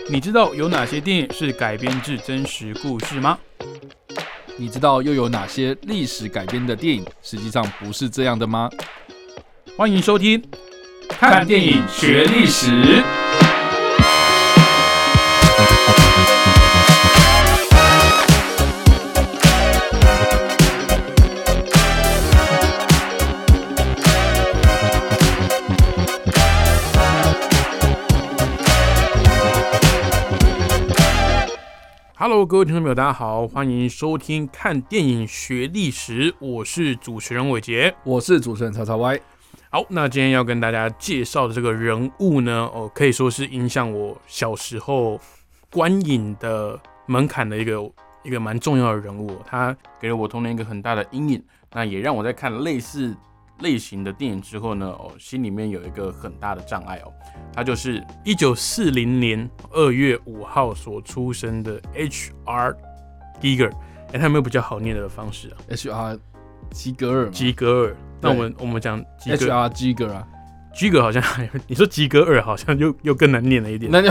你知道有哪些电影是改编自真实故事吗？ 你知道又有哪些历史改编的电影实际上不是这样的吗？ 欢迎收听《看电影学历史》。Hello， 各位听众朋友，大家好，欢迎收听《看电影学历史》，我是主持人伟杰， 我是主持人曹操歪。 好，那今天要跟大家介绍的这个人物呢，可以说是影响我小时候观影的门槛的一个蛮重要的人物，他给了我童年一个很大的阴影，那也让我在看类似类型的电影之后呢，心里面有一个很大的障碍哦。他就是1940年2月5号所出生的 H.R. Giger。他有没有比较好念的方式啊 ？H.R. 基格尔。 基格尔。那我们讲 H.R. Giger 啊。 Giger 好像你说基格尔好像又更难念了一点。 那就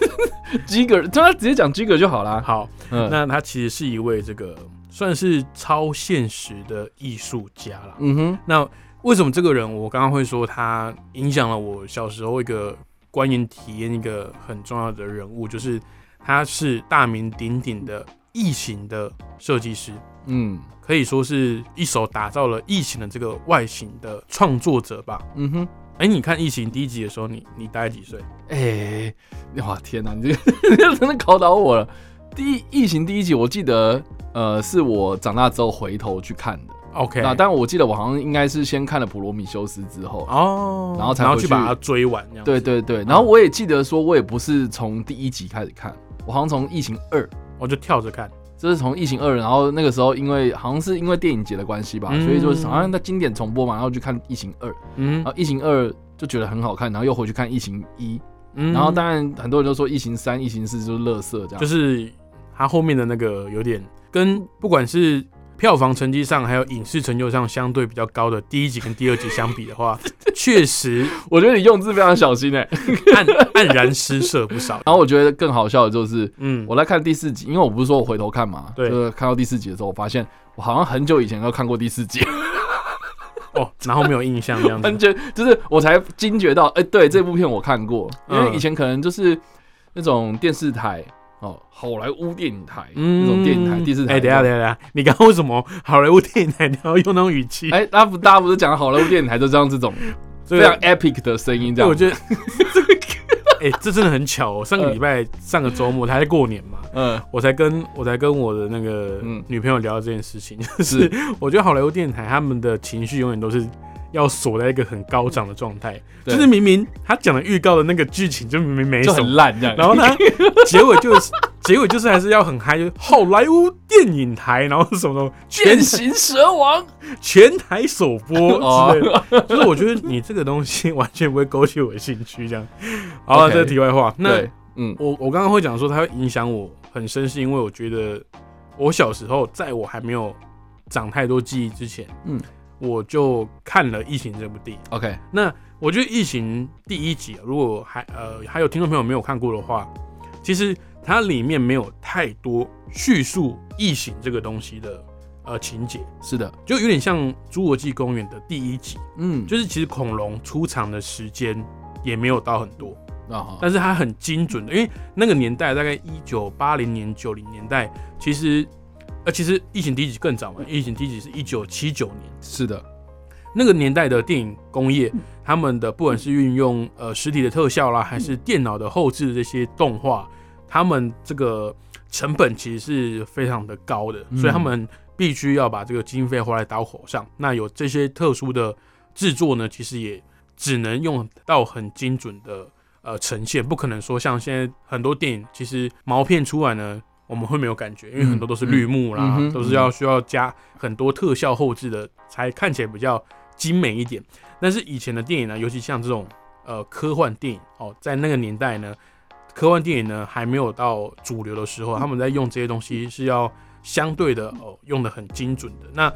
Giger， 他直接讲 Giger 就好啦。 好，那他其实是一位这个算是超现实的艺术家啦。嗯哼。那为什么这个人我刚刚会说他影响了我小时候一个观影体验，一个很重要的人物，就是他是大名鼎鼎的异形的设计师，可以说是一手打造了异形的这个外形的创作者吧。嗯哼，你看异形第一集的时候，你大概几岁？ 哇天哪，你这个真的考倒我了。异形第一集我记得，是我长大之后回头去看的。 OK， 但我记得我好像应该是先看了《普罗米修斯》之后，然后才去把它追完这样子。 对，然后我也记得说，我也不是从第一集开始看，我好像从《异形2》 我就跳着看， 就是从《异形2》，然后那个时候好像是因为电影节的关系吧，所以就是好像在经典重播嘛，然后就看《异形2》，然后《异形2》就觉得很好看，然后又回去看《异形1》，然后当然很多人都说《异形3》《异形4》就是垃圾这样， 就是它后面的那个有点跟不管是票房成绩上还有影视成就上相对比较高的第一集跟第二集相比的话，确实我觉得你用字非常小心黯然失色不少。 然后我觉得更好笑的就是，我在看第4集，因为我不是说我回头看嘛，对，就是看到第4集的时候，我发现我好像很久以前都看过第4集， 然后没有印象这样子， 就是我才惊觉到，对，这部片我看过，因为以前可能就是那种电视台。好莱坞电影台那种电影台，第4台。 等一下，你刚刚为什么好莱坞电影台你要用那种语气？ 大家不是讲好莱坞电影台都这样这种非常 epic 的声音这样？ 我觉得这真的很巧哦。上个周末他在过年嘛，我才跟我的那个女朋友聊这件事情，就是我觉得好莱坞电影台他们的情绪永远都是要锁在一个很高涨的状态，就是明明他讲的预告的那个剧情就明明没什么， 就很烂这样， 然后呢结尾就是还是要很嗨，就是好莱坞电影台，然后什么变形蛇王全台首播之类的，就是我觉得你这个东西完全不会勾起我的兴趣这样。好，这是题外话。那我刚刚会讲说它会影响我很深，是因为我觉得我小时候在我还没有长太多记忆之前，我就看了《异形》这部电影。 OK， 那我觉得《异形》第一集，如果还有听众朋友没有看过的话，其实它里面没有太多叙述异形这个东西的情节。是的，就有点像《侏罗纪公园》的第一集，就是其实恐龙出场的时间也没有到很多，但是它很精准的，因为那个年代大概1980年、90年代，其实《异形》第一集更早嘛，《异形》第一集是1979年。是的，那个年代的电影工业，他们的不管是运用实体的特效啦，还是电脑的后置的这些动画，他们这个成本其实是非常的高的，所以他们必须要把这个经费花在刀口上。那有这些特殊的制作呢，其实也只能用到很精准的呈现，不可能说像现在很多电影，其实毛片出来呢，我们会没有感觉，因为很多都是绿幕啦，都是需要加很多特效后置的，才看起来比较精美一点。但是以前的电影呢，尤其像这种科幻电影在那个年代呢，科幻电影呢还没有到主流的时候，他们在用这些东西是要相对的用的很精准的。那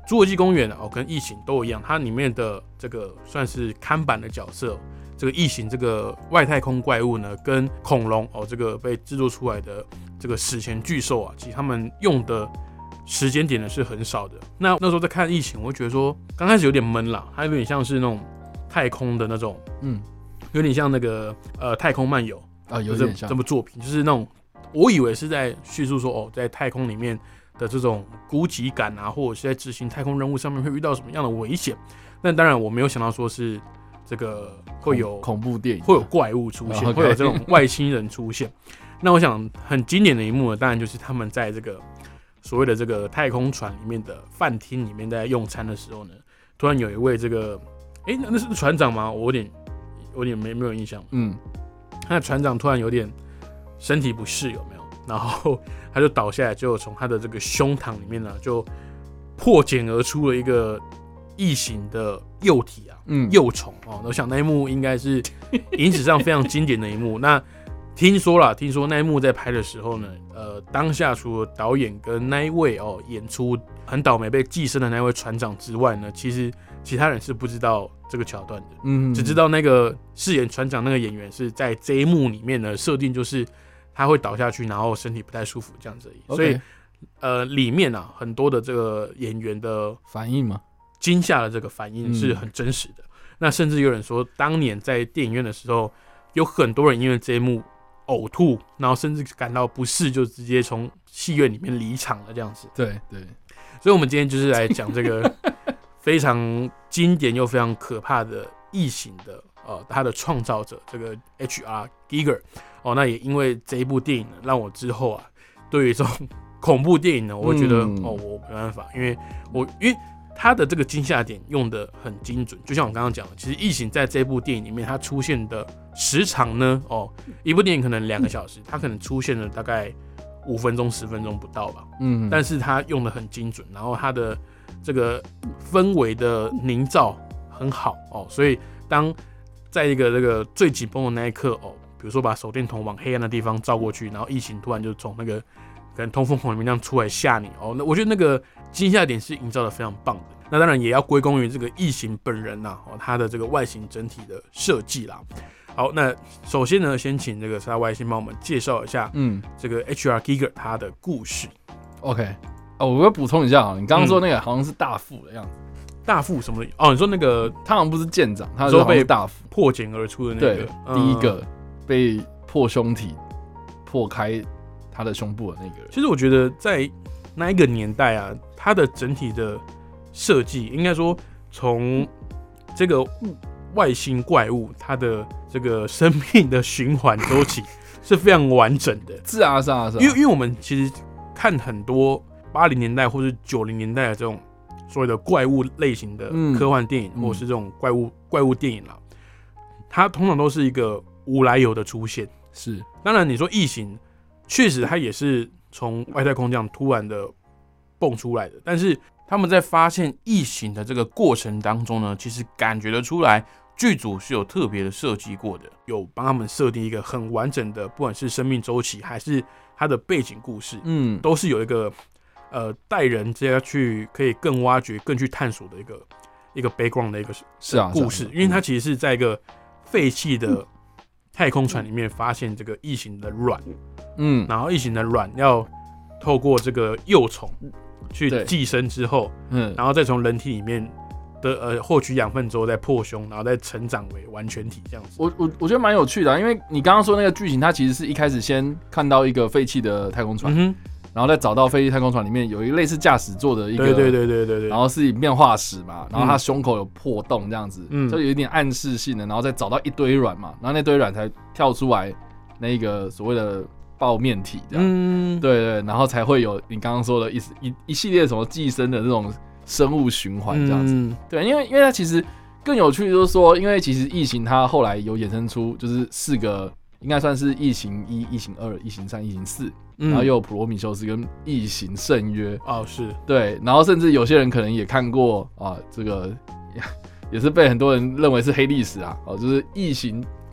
侏罗纪公园跟异形都一样，它里面的这个算是看板的角色，这个异形这个外太空怪物呢，跟恐龙这个被制作出来的这个史前巨兽啊，其实他们用的时间点呢是很少的。那时候在看异形，我会觉得说刚开始有点闷啦，它有点像是那种太空的那种，有点像那个太空漫游有点像这部作品，就是那种我以为是在叙述说在太空里面的这种孤寂感啊，或者是在执行太空任务上面会遇到什么样的危险。但当然我没有想到说是这个会有恐怖电影， 会有怪物出现，会有这种外星人出现。那我想很经典的一幕呢，当然就是他们在这个所谓的这个太空船里面的饭厅里面在用餐的时候呢，突然有一位这个那是船长吗？我有点没有印象。那船长突然有点身体不适，有没有？然后他就倒下来，就从他的这个胸膛里面呢，就破茧而出了一个异形的幼体啊，幼虫我想那一幕应该是影史上非常经典的一幕。那听说那一幕在拍的时候呢，当下除了导演跟那一位演出很倒霉被寄生的那位船长之外呢，其实其他人是不知道这个桥段的，只知道那个饰演船长那个演员是在这一幕里面的设定就是他会倒下去，然后身体不太舒服这样子而已。所以里面啊很多的这个演员的反应嘛， 惊吓的这个反应是很真实的。那甚至有人说，当年在电影院的时候，有很多人因为这一幕呕吐，然后甚至感到不适，就直接从戏院里面离场了这样子。 对， 所以我们今天就是来讲这个非常经典又非常可怕的异形的他的创造者这个 H.R. Giger 那也因为这一部电影呢，让我之后啊对于这种恐怖电影呢，我会觉得我没办法，因为他的这个惊吓点用的很精准，就像我刚刚讲的，其实异形在这部电影里面它出现的时长呢，一部电影可能2个小时，它可能出现了大概5分钟10分钟不到吧，但是它用的很精准，然后它的这个氛围的营造很好所以当在一个这个最紧绷的那一刻比如说把手电筒往黑暗的地方照过去，然后异形突然就从那个可能通风孔里面这样出来吓你那我觉得那个惊吓点是营造的非常棒的。那当然也要归功于这个异形本人他的这个外形整体的设计啦。好，那首先呢，先请这个沙外星帮我们介绍一下这个 H.R. Giger 他的故事。 OK， 我要补充一下你刚刚说那个好像是大副的样子。 大副什么？你说那个他好像不是舰长，他是被大副破茧而出的那个， 第一个被破胸体破开他的胸部的那个人。 其实我觉得在那一个年代啊，他的整体的设计，应该说从这个外星怪物它的这个生命的循环周期是非常完整的。 是啊。 因为我们其实看很多80年代或是90年代的这种所谓的怪物类型的科幻电影，或是这种怪物电影啦，它通常都是一个无来由的出现。 是， 当然你说异形，确实它也是从外太空这样突然的蹦出来的，但是他们在发现异形的这个过程当中呢，其实感觉得出来，剧组是有特别的设计过的，有帮他们设定一个很完整的，不管是生命周期还是它的背景故事，都是有一个带人接下去可以更挖掘、更去探索的一个 background 的一个故事，因为它其实是在一个废弃的太空船里面发现这个异形的卵，然后异形的卵要透过这个幼虫去寄生之后，然后再从人体里面的获取养分之后再破胸，然后再成长为完全体这样子。 我觉得蛮有趣的因为你刚刚说那个剧情，它其实是一开始先看到一个废弃的太空船，然后再找到废弃太空船里面有一个类似驾驶座的一个，对，然后是以变化石嘛，然后它胸口有破洞这样子，就有一点暗示性的，然后再找到一堆卵嘛，然后那堆卵才跳出来那个所谓的抱面体这样，对，然后才会有你刚刚说的一系列什么寄生的这种生物循环这样子，对，因为它其实更有趣的就是说，因为其实异形它后来有衍生出就是4个，应该算是异形1、异形2、异形3、异形4，然后又有普罗米修斯跟异形圣约是对，然后甚至有些人可能也看过这个也是被很多人认为是黑历史就是异形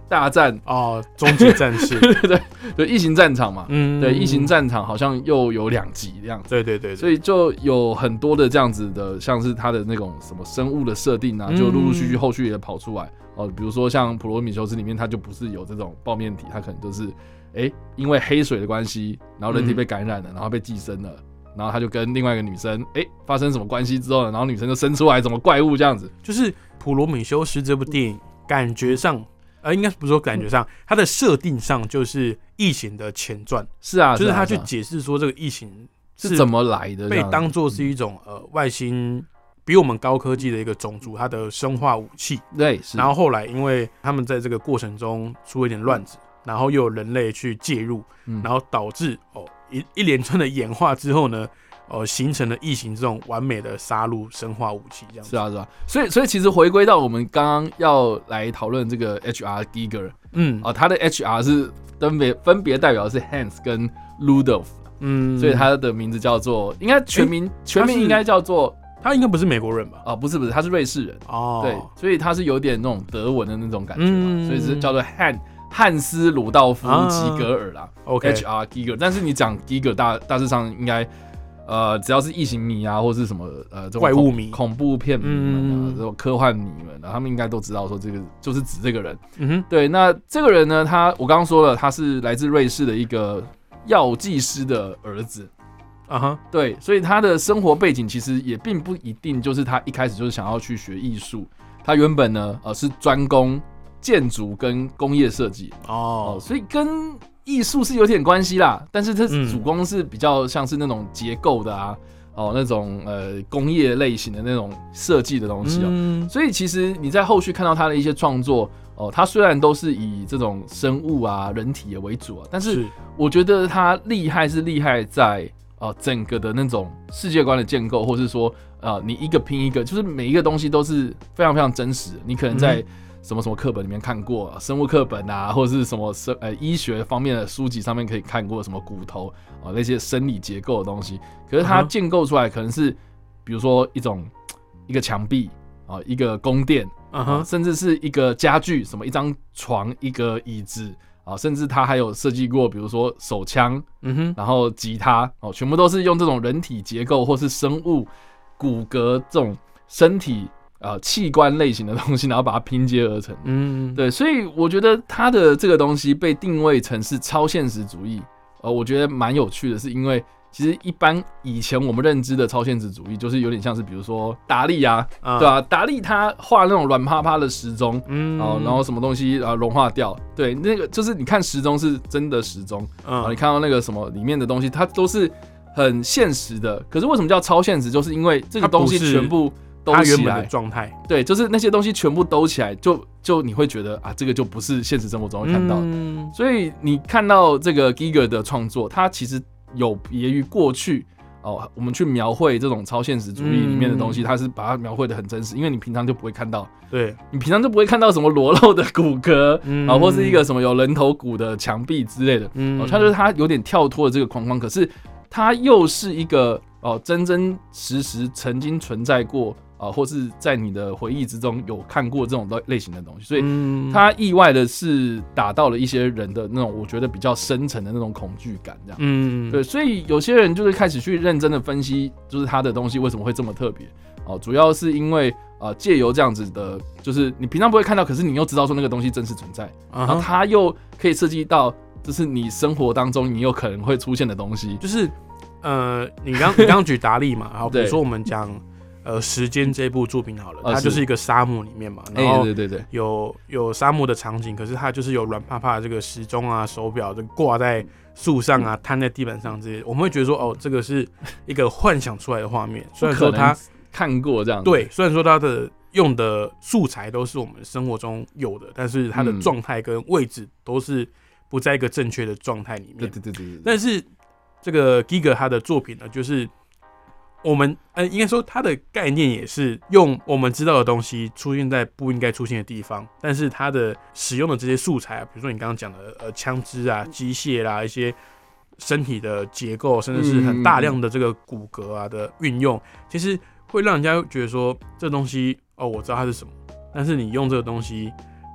大战哦，终极战士， 对，异形战场嘛，对，异形战场好像又有2集这样子， 对， 所以就有很多的这样子的，像是它的那种什么生物的设定啊，就陆陆续续后续也跑出来哦，比如说像普罗米修斯里面，它就不是有这种抱面体，它可能就是因为黑水的关系，然后人体被感染了，然后被寄生了。然后他就跟另外一个女生，发生什么关系之后呢？然后女生就生出来什么怪物这样子。 就是《普罗米修斯》这部电影，感觉上，应该不是说感觉上，它的设定上就是异形的前传。 是啊， 就是他去解释说这个异形是怎么来的， 被当作是一种外星比我们高科技的一个种族，它的生化武器。 对， 然后后来因为他们在这个过程中出了一点乱子，然后又有人类去介入，然后导致一连串的演化之后呢，形成了异形这种完美的杀戮生化武器，这样子。 是啊，是啊。所以其实回归到我们刚刚要来讨论这个 HR Giger，他的 HR 是分别代表的是 Hans 跟 Rudolf，所以他的名字叫做，应该全名应该叫做。 他应该不是美国人吧？ 不是，他是瑞士人。对，所以他是有点那种德文的那种感觉，所以是叫做汉斯·鲁道夫·吉格尔啦，HR Giger。但是你讲 Giger， 大致上应该，只要是异形迷啊，或是什么这种怪物迷、 恐怖片迷们啊，这种科幻迷们啊，他们应该都知道说这个就是指这个人。对，那这个人呢，我刚刚说了，他是来自瑞士的一个药剂师的儿子。对，所以他的生活背景其实也并不一定就是他一开始就是想要去学艺术，他原本呢是专攻建筑跟工业设计所以跟艺术是有点关系啦，但是他主攻是比较像是那种结构的啊，那种工业类型的那种设计的东西所以其实你在后续看到他的一些创作他虽然都是以这种生物啊、人体为主但是我觉得他厉害是厉害在整个的那种世界观的建构，或是说你一个拼一个，就是每一个东西都是非常非常真实的。你可能在什么课本里面看过，生物课本啊，或者是什么医学方面的书籍上面可以看过什么骨头那些生理结构的东西。可是它建构出来可能是，比如说一个墙壁一个宫殿甚至是一个家具，什么一张床、一个椅子。甚至他还有设计过，比如说手枪，然后吉他，全部都是用这种人体结构或是生物骨骼这种身体器官类型的东西，然后把它拼接而成。对，所以我觉得他的这个东西被定位成是超现实主义，我觉得蛮有趣的，是因为其实一般以前我们认知的超现实主义，就是有点像是比如说达利啊，对吧？达利他画那种软趴趴的时钟，然后什么东西融化掉，对，那个就是你看时钟是真的时钟，你看到那个什么里面的东西，它都是很现实的。可是为什么叫超现实？就是因为这个东西全部兜起来，它原本的状态， 对，就是那些东西全部兜起来，就你会觉得这个就不是现实生活中会看到的。所以你看到这个 Giger 的创作，它其实有别于过去我们去描绘这种超现实主义里面的东西，它是把它描绘的很真实，因为你平常就不会看到， 对， 你平常就不会看到什么裸露的骨骼或是一个什么有人头骨的墙壁之类的，它就是它有点跳脱了这个框框，可是它又是一个真真实实曾经存在过或是在你的回忆之中有看过这种类型的东西，所以它意外的是打到了一些人的那种我觉得比较深层的那种恐惧感，这样，对，所以有些人就是开始去认真的分析，就是他的东西为什么会这么特别主要是因为借由这样子的，就是你平常不会看到，可是你又知道说那个东西真实存在，然后它又可以设计到，就是你生活当中你有可能会出现的东西， 就是你刚举达利嘛，然后比如说我们讲。时间这部作品好了，它就是一个沙漠里面嘛，然后对， 有沙漠的场景，可是它就是有软趴趴的这个时钟啊、手表，就挂在树上啊、摊在地板上这些，我们会觉得说，这个是一个幻想出来的画面。虽然说他看过这样， 对，虽然说他的用的素材都是我们生活中有的，但是它的状态跟位置都是不在一个正确的状态里面。对。但是这个 Giger 他的作品呢，就是我们应该说它的概念也是用我们知道的东西出现在不应该出现的地方，但是它的使用的这些素材比如说你刚刚讲的枪支啊、机械啦、一些身体的结构，甚至是很大量的这个骨骼啊的运用，其实会让人家觉得说这东西我知道它是什么，但是你用这个东西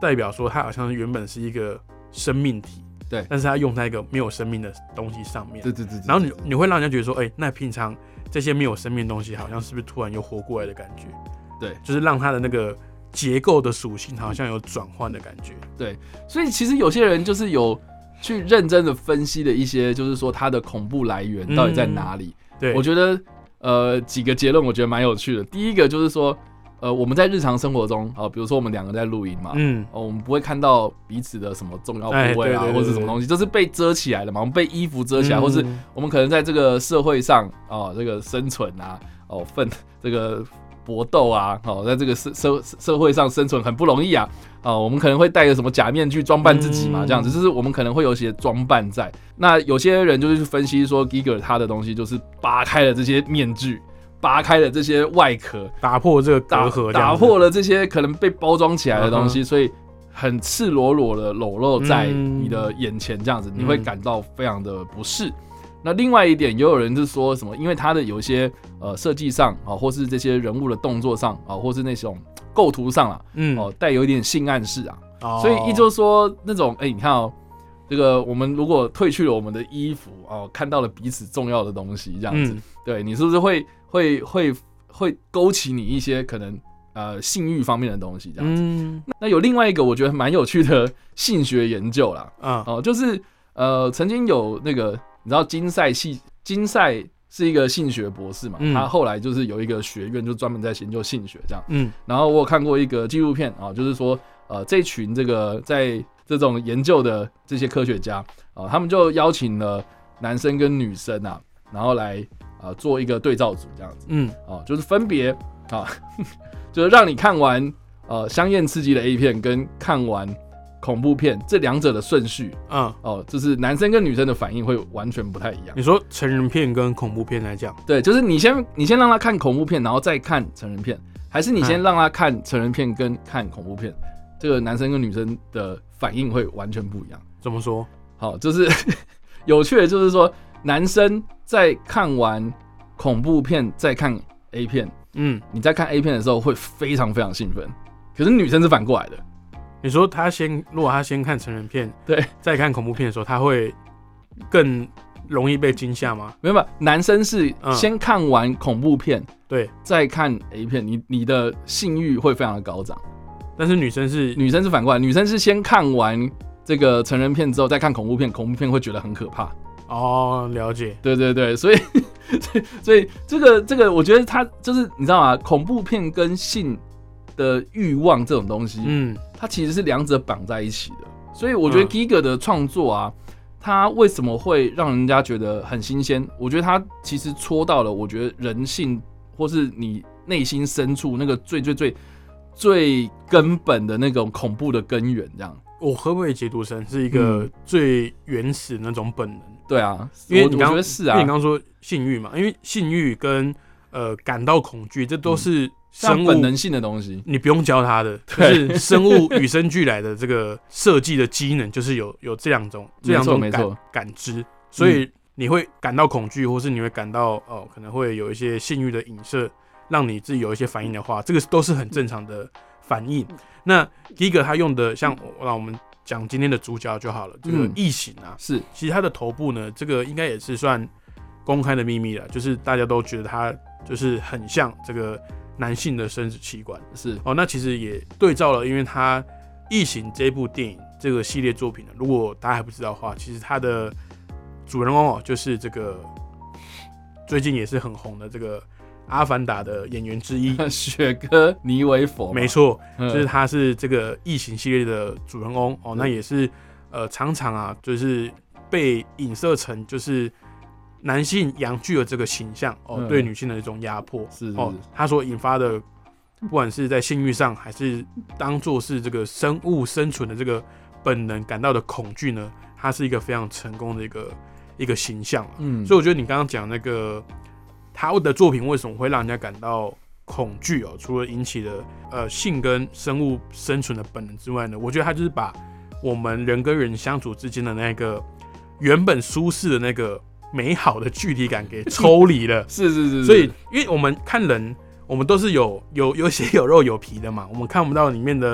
代表说他好像原本是一个生命体， 对， 但是他用在一个没有生命的东西上面， 对， 然后你会让人家觉得说，那平常这些没有生命的东西，好像是不是突然又活过来的感觉？对，就是让它的那个结构的属性好像有转换的感觉。 对，所以其实有些人就是有去认真的分析的一些，就是说它的恐怖来源到底在哪里。对，我觉得几个结论我觉得蛮有趣的。第一个就是说，我们在日常生活中，比如说我们两个在录音嘛，我们不会看到彼此的什么重要部位啊，或者什么东西，就是被遮起来的嘛。我们被衣服遮起来，或是我们可能在这个社会上这个生存啊，这个搏斗啊，在这个社会上生存很不容易啊，我们可能会戴个什么假面具装扮自己嘛，这样子，就是我们可能会有一些装扮在。那有些人就是去分析说 Giger 他的东西就是扒开了这些面具，扒开了这些外壳， 打破这个隔阂， 打破了这些可能被包装起来的东西，所以很赤裸裸的裸露在你的眼前，这样子你会感到非常的不适。那另外一点，也有人是说什么，因为他的有一些设计上或是这些人物的动作上或是那种构图上啊，带有一点性暗示啊，所以就是说那种你看这个我们如果褪去了我们的衣服看到了彼此重要的东西，这样子，对你是不是会勾起你一些可能性欲方面的东西这样子？那有另外一个我觉得蛮有趣的性学研究啦，就是曾经有那个。你知道金赛是一个性学博士嘛？他后来就是有一个学院，就专门在研究性学这样。然后我有看过一个纪录片就是说这群这个在这种研究的这些科学家他们就邀请了男生跟女生然后来做一个对照组这样子。就是分别就是让你看完香艳刺激的 A 片跟看完恐怖片这两者的顺序，就是男生跟女生的反应会完全不太一样。 你说成人片跟恐怖片来讲， 对，就是你先让他看恐怖片，然后再看成人片，还是你先让他看成人片跟看恐怖片，这个男生跟女生的反应会完全不一样。 怎么说？ 好，就是有趣的就是说，男生在看完恐怖片再看 A 片，你在看 A 片的时候会非常非常兴奋，可是女生是反过来的。 你说如果他先看成人片， 对， 再看恐怖片的时候，他会更容易被惊吓吗？ 没有，男生是先看完恐怖片， 对， 再看 A 片，你的性欲会非常的高涨。 但是女生是反过来，女生是先看完这个成人片之后再看恐怖片，恐怖片会觉得很可怕。 了解。 对，所以这个，我觉得他就是你知道吗？恐怖片跟性的欲望这种东西，它其实是两者绑在一起的。所以我觉得 Giger 的创作他为什么会让人家觉得很新鲜？我觉得他其实戳到了，我觉得人性或是你内心深处那个最根本的那种恐怖的根源。这样， 我会不会解读成是一个最原始的那种本能？ 对啊， 因为我觉得是啊， 因为你刚刚说性欲嘛，因为性欲跟感到恐惧，这都是生物本能性的东西， 你不用教它的，就是生物与生俱来的这个设计的机能，就是有这两种感知，所以你会感到恐惧，或是你会感到可能会有一些性欲的影射，让你自己有一些反应的话，这个都是很正常的反应。那第一个他用的，像让我们讲今天的主角就好了，这个异形是， 其实他的头部呢，这个应该也是算公开的秘密了，就是大家都觉得他就是很像这个男性的生殖器官， 是那其实也对照了，因为他《异形》这部电影这个系列作品呢，如果大家还不知道的话，其实他的主人公就是这个最近也是很红的这个《阿凡达》的演员之一雪歌尼维佛， 没错，就是他是这个《异形》系列的主人公那也是常常就是被影射成就是男性阳具的这个形象对女性的一种压迫， 是他所引发的，不管是在性欲上，还是当作是这个生物生存的这个本能感到的恐惧呢，它是一个非常成功的一个形象所以我觉得你刚刚讲那个他的作品为什么会让人家感到恐惧除了引起的性跟生物生存的本能之外呢，我觉得他就是把我们人跟人相处之间的那个原本舒适的那个美好的距离感给抽离了。 是， 所以因为我们看人，我们都是有血有肉有皮的嘛，我们看不到里面的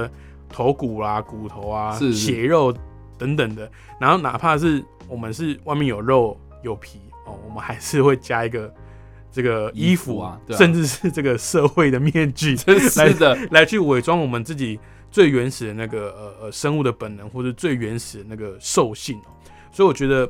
头骨啦、骨头啊、 是血肉等等的，然后哪怕是我们是外面有肉有皮哦，我们还是会加一个这个衣服啊，对啊， 甚至是这个社会的面具， 是的， 来去伪装我们自己最原始的那个生物的本能，或者最原始的那个兽性哦。所以我觉得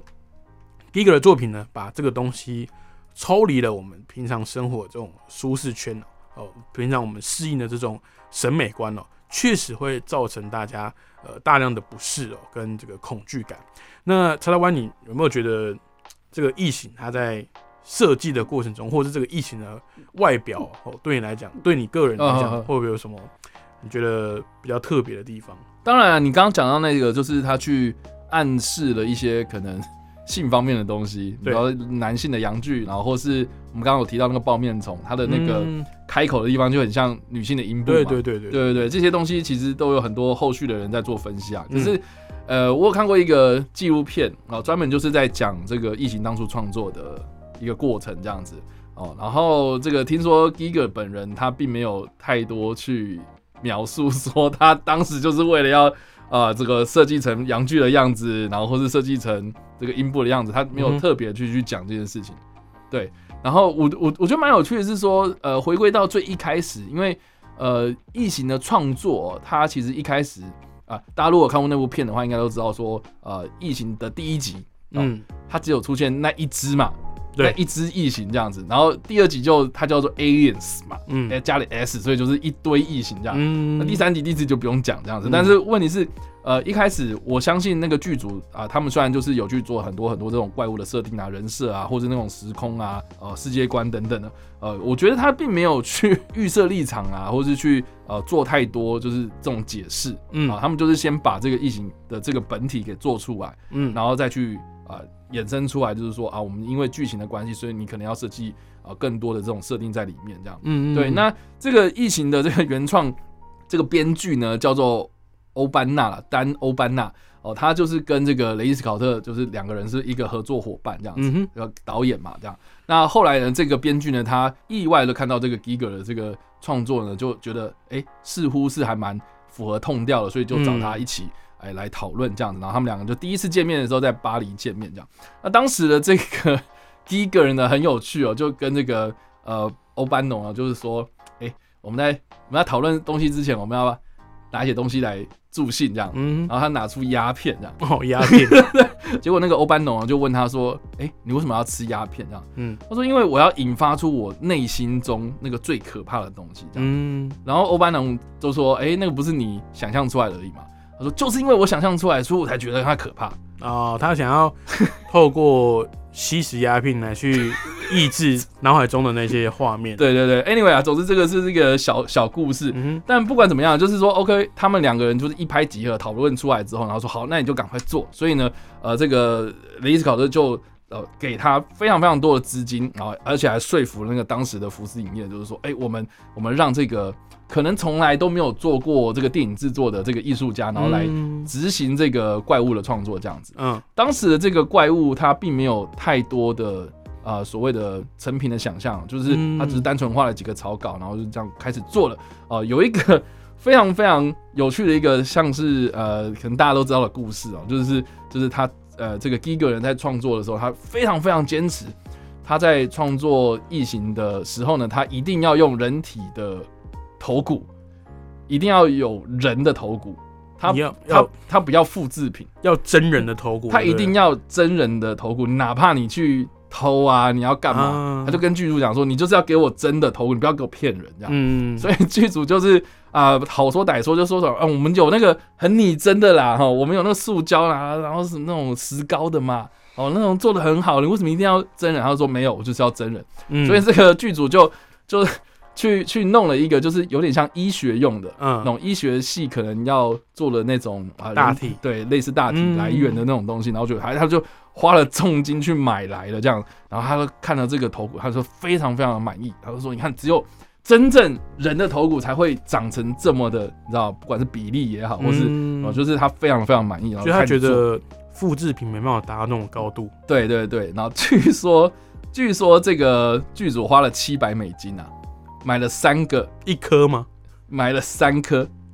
Giger的作品呢，把这个东西抽离了我们平常生活的这种舒适圈哦，平常我们适应的这种审美观哦，确实会造成大家大量的不适哦，跟这个恐惧感。那查达湾，你有没有觉得这个异形它在设计的过程中，或者是这个异形的外表哦，对你来讲，对你个人来讲，会不会有什么你觉得比较特别的地方？ 当然啊，你刚刚讲到那个，就是他去暗示了一些可能性方面的东西，然后男性的阳具，然后或是我们刚刚有提到那个抱面虫，它的那个开口的地方就很像女性的阴部嘛。对，这些东西其实都有很多后续的人在做分析啊。可是我有看过一个纪录片啊，专门就是在讲这个异形当初创作的一个过程这样子哦。然后这个听说 Giger 本人他并没有太多去描述说他当时就是为了要这个设计成阳具的样子，然后或是设计成这个阴部的样子，他没有特别去讲这件事情。对，然后我觉得蛮有趣的是说，回归到最一开始，因为异形的创作，它其实一开始大家如果看过那部片的话，应该都知道说，异形的第一集，它只有出现那一只嘛。那一只异形这样子，然后第二集它叫做 Aliens 嘛，加了 S， 所以就是一堆异形这样。那第三集、第四集就不用讲这样子。但是问题是，一开始我相信那个剧组他们虽然就是有去做很多这种怪物的设定啊、人设啊，或者那种时空啊、世界观等等的，我觉得他并没有去预设立场啊，或是去做太多就是这种解释。他们就是先把这个异形的这个本体给做出来，然后再去衍生出来，就是说我们因为剧情的关系，所以你可能要设计更多的这种设定在里面，这样。对。那这个异形的这个原创这个编剧呢，叫做欧班纳啦，丹·欧班纳哦，他就是跟这个雷伊斯考特就是两个人是一个合作伙伴这样子，导演嘛这样。那后来呢，这个编剧呢，他意外的看到这个 Giger 的这个创作呢，就觉得似乎是还蛮符合痛调的，所以就找他一起。来讨论这样子，然后他们两个就第一次见面的时候在巴黎见面这样。那当时的这个Giger呢很有趣哦，就跟这个欧班农啊，就是说，我们在讨论东西之前，我们要拿一些东西来助兴这样。然后他拿出鸦片这样。 鸦片。 结果那个欧班农就问他说，你为什么要吃鸦片这样？他说因为我要引发出我内心中那个最可怕的东西这样。然后欧班农就说，那个不是你想象出来的而已嘛。他说：“就是因为我想象出来，所以我才觉得它可怕。” 他想要透过吸食鸦片来去抑制脑海中的那些画面。 对 ，anyway 啊，总之这个是一个小故事。但不管怎么样，就是说 OK， 他们两个人就是一拍即合，讨论出来之后，然后说好，那你就赶快做。所以呢，这个雷伊斯考特就给他非常非常多的资金，然后而且还说服那个当时的福斯影业，就是说，我们让这个。可能从来都没有做过这个电影制作的这个艺术家，然后来执行这个怪物的创作这样子。当时的这个怪物它并没有太多的所谓的成品的想象，就是它只是单纯画了几个草稿，然后就这样开始做了。有一个非常非常有趣的一个像是可能大家都知道的故事就是他这个Giger人在创作的时候，他非常非常坚持，他在创作异形的时候呢，他一定要用人体的头骨，一定要有人的头骨，他不要复制品， 要真人的头骨， 他一定要真人的头骨，哪怕你去偷啊，你要干嘛，他就跟剧组讲说，你就是要给我真的头骨，你不要给我骗人这样。所以剧组就是好说歹说就说我们有那个很拟真的啦，我们有那个塑胶啦，然后是那种石膏的嘛，那种做的很好，你为什么一定要真人？他就说没有，我就是要真人。所以这个剧组就去弄了一个，就是有点像医学用的，那种医学系可能要做的那种大体， 对，类似大体来源的那种东西，然后他就花了重金去买来了这样，然后他就看了这个头骨，他说非常非常的满意，他就说你看，只有真正人的头骨才会长成这么的，你知道，不管是比例也好，或是就是他非常非常满意，然后就他觉得复制品没办法达到那种高度， 对，然后据说这个剧组花了$700啊。买了3个， 一颗吗？ 买了3颗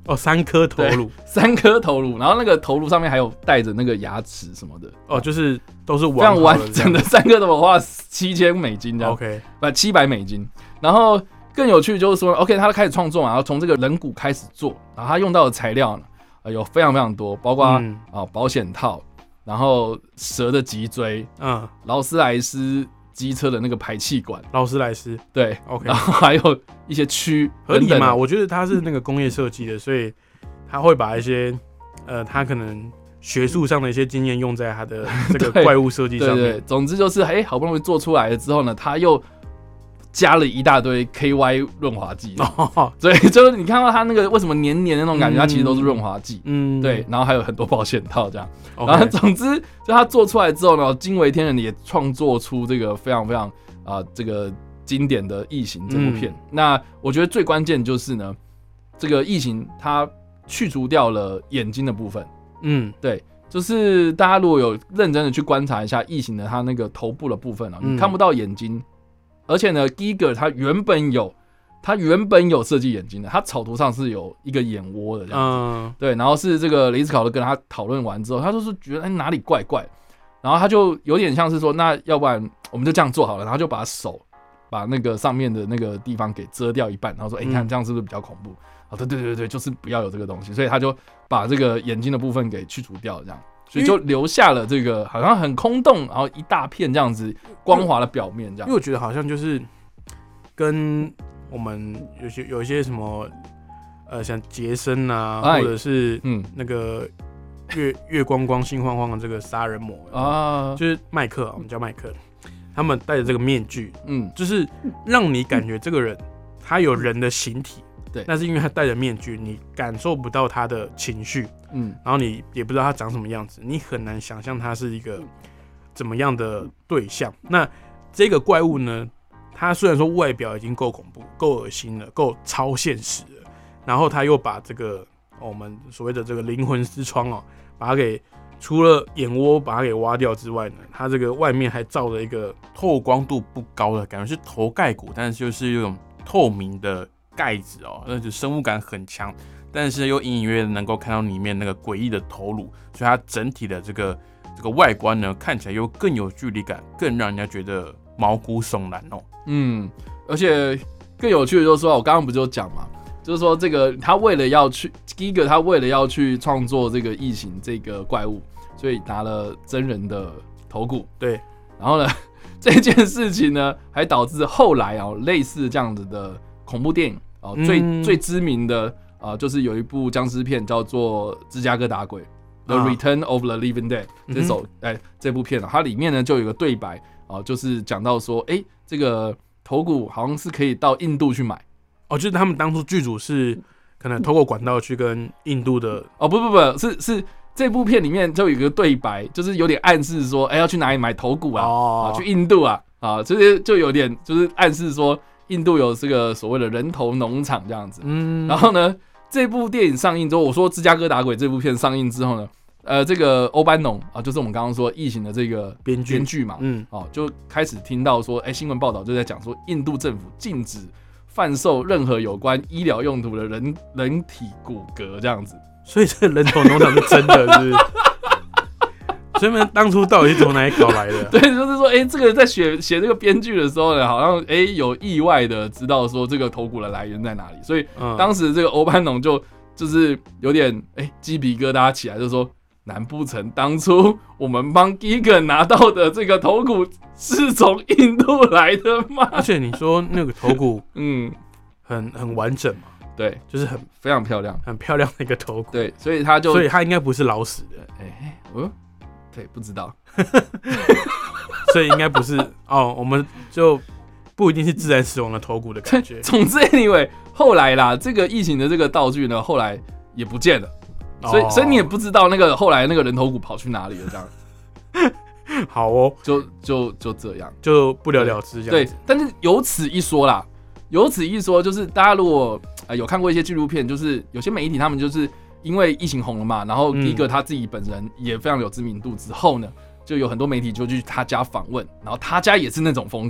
哦，3颗头颅 ，3颗头颅，然后那个头颅上面还有带着那个牙齿什么的。 哦，就是都是非常完整的3颗头颅，花$7000这样。 OK， $700。然后更有趣就是说 ，OK， 他开始创作嘛，然后从这个人骨开始做，然后他用到的材料呢，有非常非常多，包括保险套，然后蛇的脊椎，劳斯莱斯机车的那个排气管， 劳斯莱斯对 ，OK， 然后还有一些蛆， 合理嘛？我觉得他是那个工业设计的，所以他会把一些他可能学术上的一些经验用在他的这个怪物设计上面。 对，总之就是好不容易做出来了之后呢，他又加了一大堆 KY 润滑剂，所以就是你看到它那个为什么黏黏的那种感觉，它其实都是润滑剂，对，然后还有很多保险套这样，然后总之就它做出来之后呢，惊为天人也创作出这个非常非常这个经典的异形这部片。那我觉得最关键就是呢，这个异形它去除掉了眼睛的部分，对。就是大家如果有认真的去观察一下异形的它那个头部的部分你看不到眼睛。而且呢 ，Giger 他原本有设计眼睛的，他草图上是有一个眼窝的这样子，对，然后是这个雷斯考特跟他讨论完之后，他就是觉得哪里怪怪，然后他就有点像是说，那要不然我们就这样做好了，然后就把那个上面的那个地方给遮掉一半，然后说，你看这样是不是比较恐怖？对，就是不要有这个东西，所以他就把这个眼睛的部分给去除掉，这样。所以就留下了这个好像很空洞，然后一大片这样子光滑的表面，这样。 因为我觉得好像就是跟我们有一些什么像杰森啊，或者是那个月光光心慌慌的这个杀人魔啊，就是麦克，我们叫麦克，他们戴着这个面具，就是让你感觉这个人他有人的形体。对，那是因为他戴着面具，你感受不到他的情绪，然后你也不知道他长什么样子，你很难想象他是一个怎么样的对象。那这个怪物呢，它虽然说外表已经够恐怖、够恶心了、够超现实了，然后他又把这个我们所谓的这个灵魂之窗把它给除了眼窝把它给挖掉之外呢，它这个外面还罩着一个透光度不高的感觉是头盖骨，但是就是有种透明的盖子那就生物感很强，但是又隐隐约约能够看到里面那个诡异的头颅，所以它整体的这个外观呢，看起来又更有距离感，更让人家觉得毛骨悚然而且更有趣的就是说，我刚刚不就讲嘛，就是说这个他为了要去创作这个异形这个怪物，所以拿了真人的头骨， 对， 然后呢这件事情呢，还导致后来类似这样子的恐怖电影。最知名的就是有一部僵尸片叫做《芝加哥打鬼》The Return of the Living Dead 这部片它里面呢就有一个对白就是讲到说，这个头骨好像是可以到印度去买就是他们当初剧组是可能透过管道去跟印度的不是这部片里面就有一个对白，就是有点暗示说，要去哪里买头骨去印度就有点就是暗示说。印度有这个所谓的人头农场这样子，然后呢，这部电影上映之后，我说《芝加哥打鬼》这部片上映之后呢，这个欧班农就是我们刚刚说异形的这个编剧嘛，就开始听到说，新闻报道就在讲说，印度政府禁止贩售任何有关医疗用途的人体骨骼这样子， 所以这个人头农场是真的，是不是？所以们当初到底是从哪里搞来的？ 对，就是说，这个在写这个编剧的时候呢，好像有意外的知道说这个头骨的来源在哪里，所以当时这个欧班农就是有点鸡皮疙瘩起来，就说难不成当初我们帮 Giger 拿到的这个头骨是从印度来的吗？ 而且你说那个头骨，很完整嘛， 对， 就是非常漂亮， 很漂亮的一个头骨， 对，所以他应该不是老死的， 对，不知道， 所以应该不是我们就不一定是自然死亡的头骨的感觉。 总之 ，anyway， 后来啦，这个异形的这个道具呢，后来也不见了，所以你也不知道那个后来那个人头骨跑去哪里了，这样。 好哦， 就这样， 就不了了之这样子。 对，但是有此一说啦，就是大家如果有看过一些纪录片，就是有些媒体他们就是。因为异形红了嘛，然后第一个他自己本人也非常有知名度之后呢，就有很多媒体就去他家访问，然后他家也是那种风格，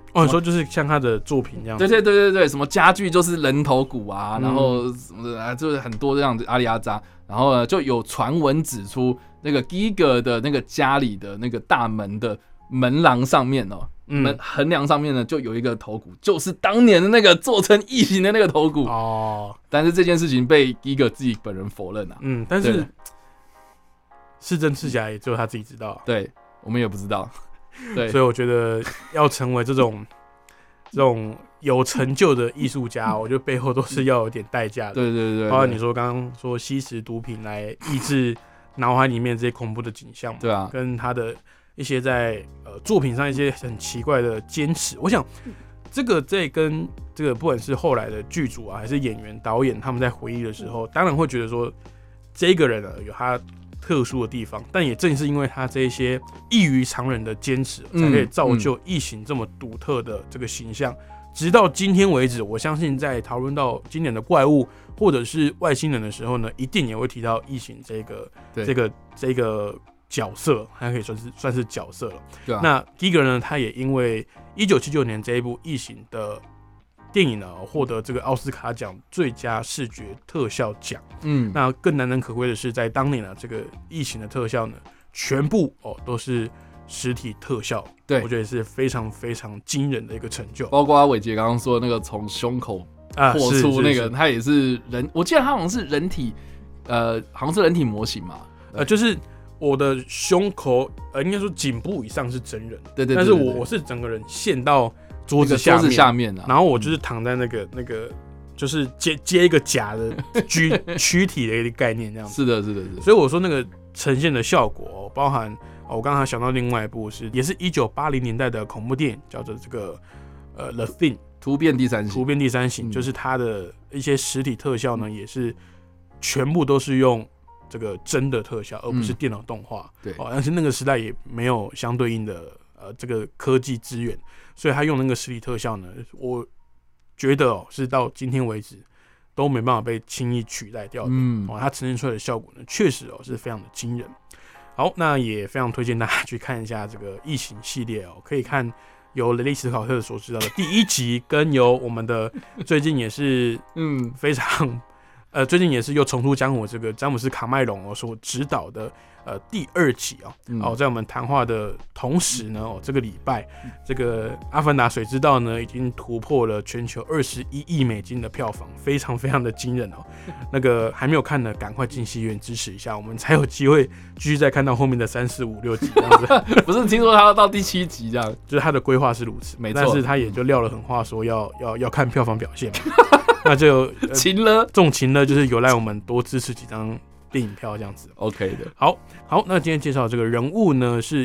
哦，你说就是像他的作品这样子。 对，什么家具就是人头骨啊，然后什么的，就是很多这样子阿里阿扎。然后呢，就有传闻指出，那个 Giger 的那个家里的那个大门的门廊上面哦，横梁上面呢就有一个头骨，就是当年的那个做成异形的那个头骨哦。但是这件事情被 Giger 自己本人否认啊。 但是是真是假也只有他自己知道。 对，我们也不知道。对， 所以我觉得要成为这种有成就的艺术家，我觉得背后都是要有点代价的。 对， 包括你说刚刚说吸食毒品来抑制脑海里面这些恐怖的景象， 对啊， 跟他的一些在作品上一些很奇怪的坚持，我想这个在跟这个不管是后来的剧组啊，还是演员、导演他们在回忆的时候，当然会觉得说这个人有他特殊的地方，但也正是因为他这些异于常人的坚持，才可以造就异形这么独特的这个形象。直到今天为止，我相信在讨论到经典的怪物或者是外星人的时候呢，一定也会提到异形这个角色，还可以算是角色了。对啊。那Giger呢，他也因为1979年这一部异形的电影呢，获得这个奥斯卡奖最佳视觉特效奖。那更难能可贵的是，在当年呢，这个异形的特效呢，全部都是实体特效。对，我觉得是非常非常惊人的一个成就。 包括伟杰刚刚说的那个从胸口破出那个，他也是人，我记得他好像是人体，好像是人体模型嘛。 就是我的胸口，应该说颈部以上是真人，对，但是我是整个人陷到桌子下面啊，然后我就是躺在那个，就是接一个假的躯体的一个概念这样子。是的。所以我说那个呈现的效果，包含我刚才想到另外一部也是1980年代的恐怖电影，叫做这个The Thing 突变第三型，就是它的一些实体特效呢，也是全部都是用这个真的特效，而不是电脑动画。对，但是那个时代也没有相对应的这个科技资源，所以他用那个实体特效呢，我觉得是到今天为止都没办法被轻易取代掉的。它呈现出来的效果呢，确实是非常的惊人。好，那也非常推荐大家去看一下这个异形系列可以看由雷利·史考特所执导的第1集，跟由我们的最近也是非常最近也是又重出江湖这个詹姆斯·卡麦隆所执导的第2集在我们谈话的同时呢，这个礼拜这个《阿凡达：水之道》呢已经突破了全球21亿美金的票房，非常非常的惊人那个还没有看的，赶快进戏院支持一下，我们才有机会继续再看到后面的3、4、5、6集这样子。不是听说他要到第7集这样，就是他的规划是如此，没错，但是他也就撂了狠话说要看票房表现嘛。那就情了，这种情了就是有赖我们多支持几张电影票这样子。OK 的。好，那今天介绍这个人物呢，是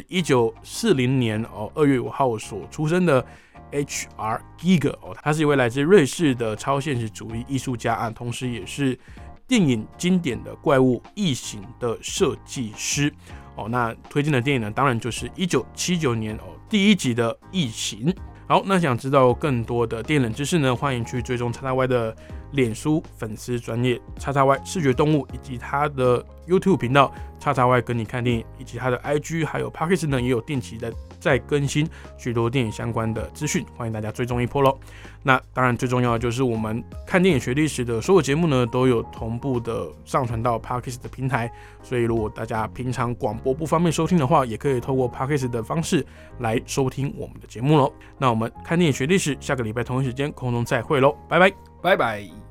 1940年2月5号所出生的 H.R. Giger 他是一位来自瑞士的超现实主义艺术家同时也是电影经典的怪物异形的设计师那推荐的电影呢，当然就是1979年第1集的异形。好，那想知道更多的电影冷知识呢，欢迎去追踪XXY的脸书粉丝专页XXY视觉动物，以及他的 YouTube 频道XXY跟你看电影，以及他的 IG 还有 Podcast 呢，也有定期的在更新许多电影相关的资讯，欢迎大家追踪一波咯。那当然最重要的就是我们看电影学历史的所有节目呢，都有同步的上传到 Podcast 的平台，所以如果大家平常广播不方便收听的话，也可以透过 Podcast 的方式来收听我们的节目咯。那我们看电影学历史，下个礼拜同一时间空中再会咯，拜拜。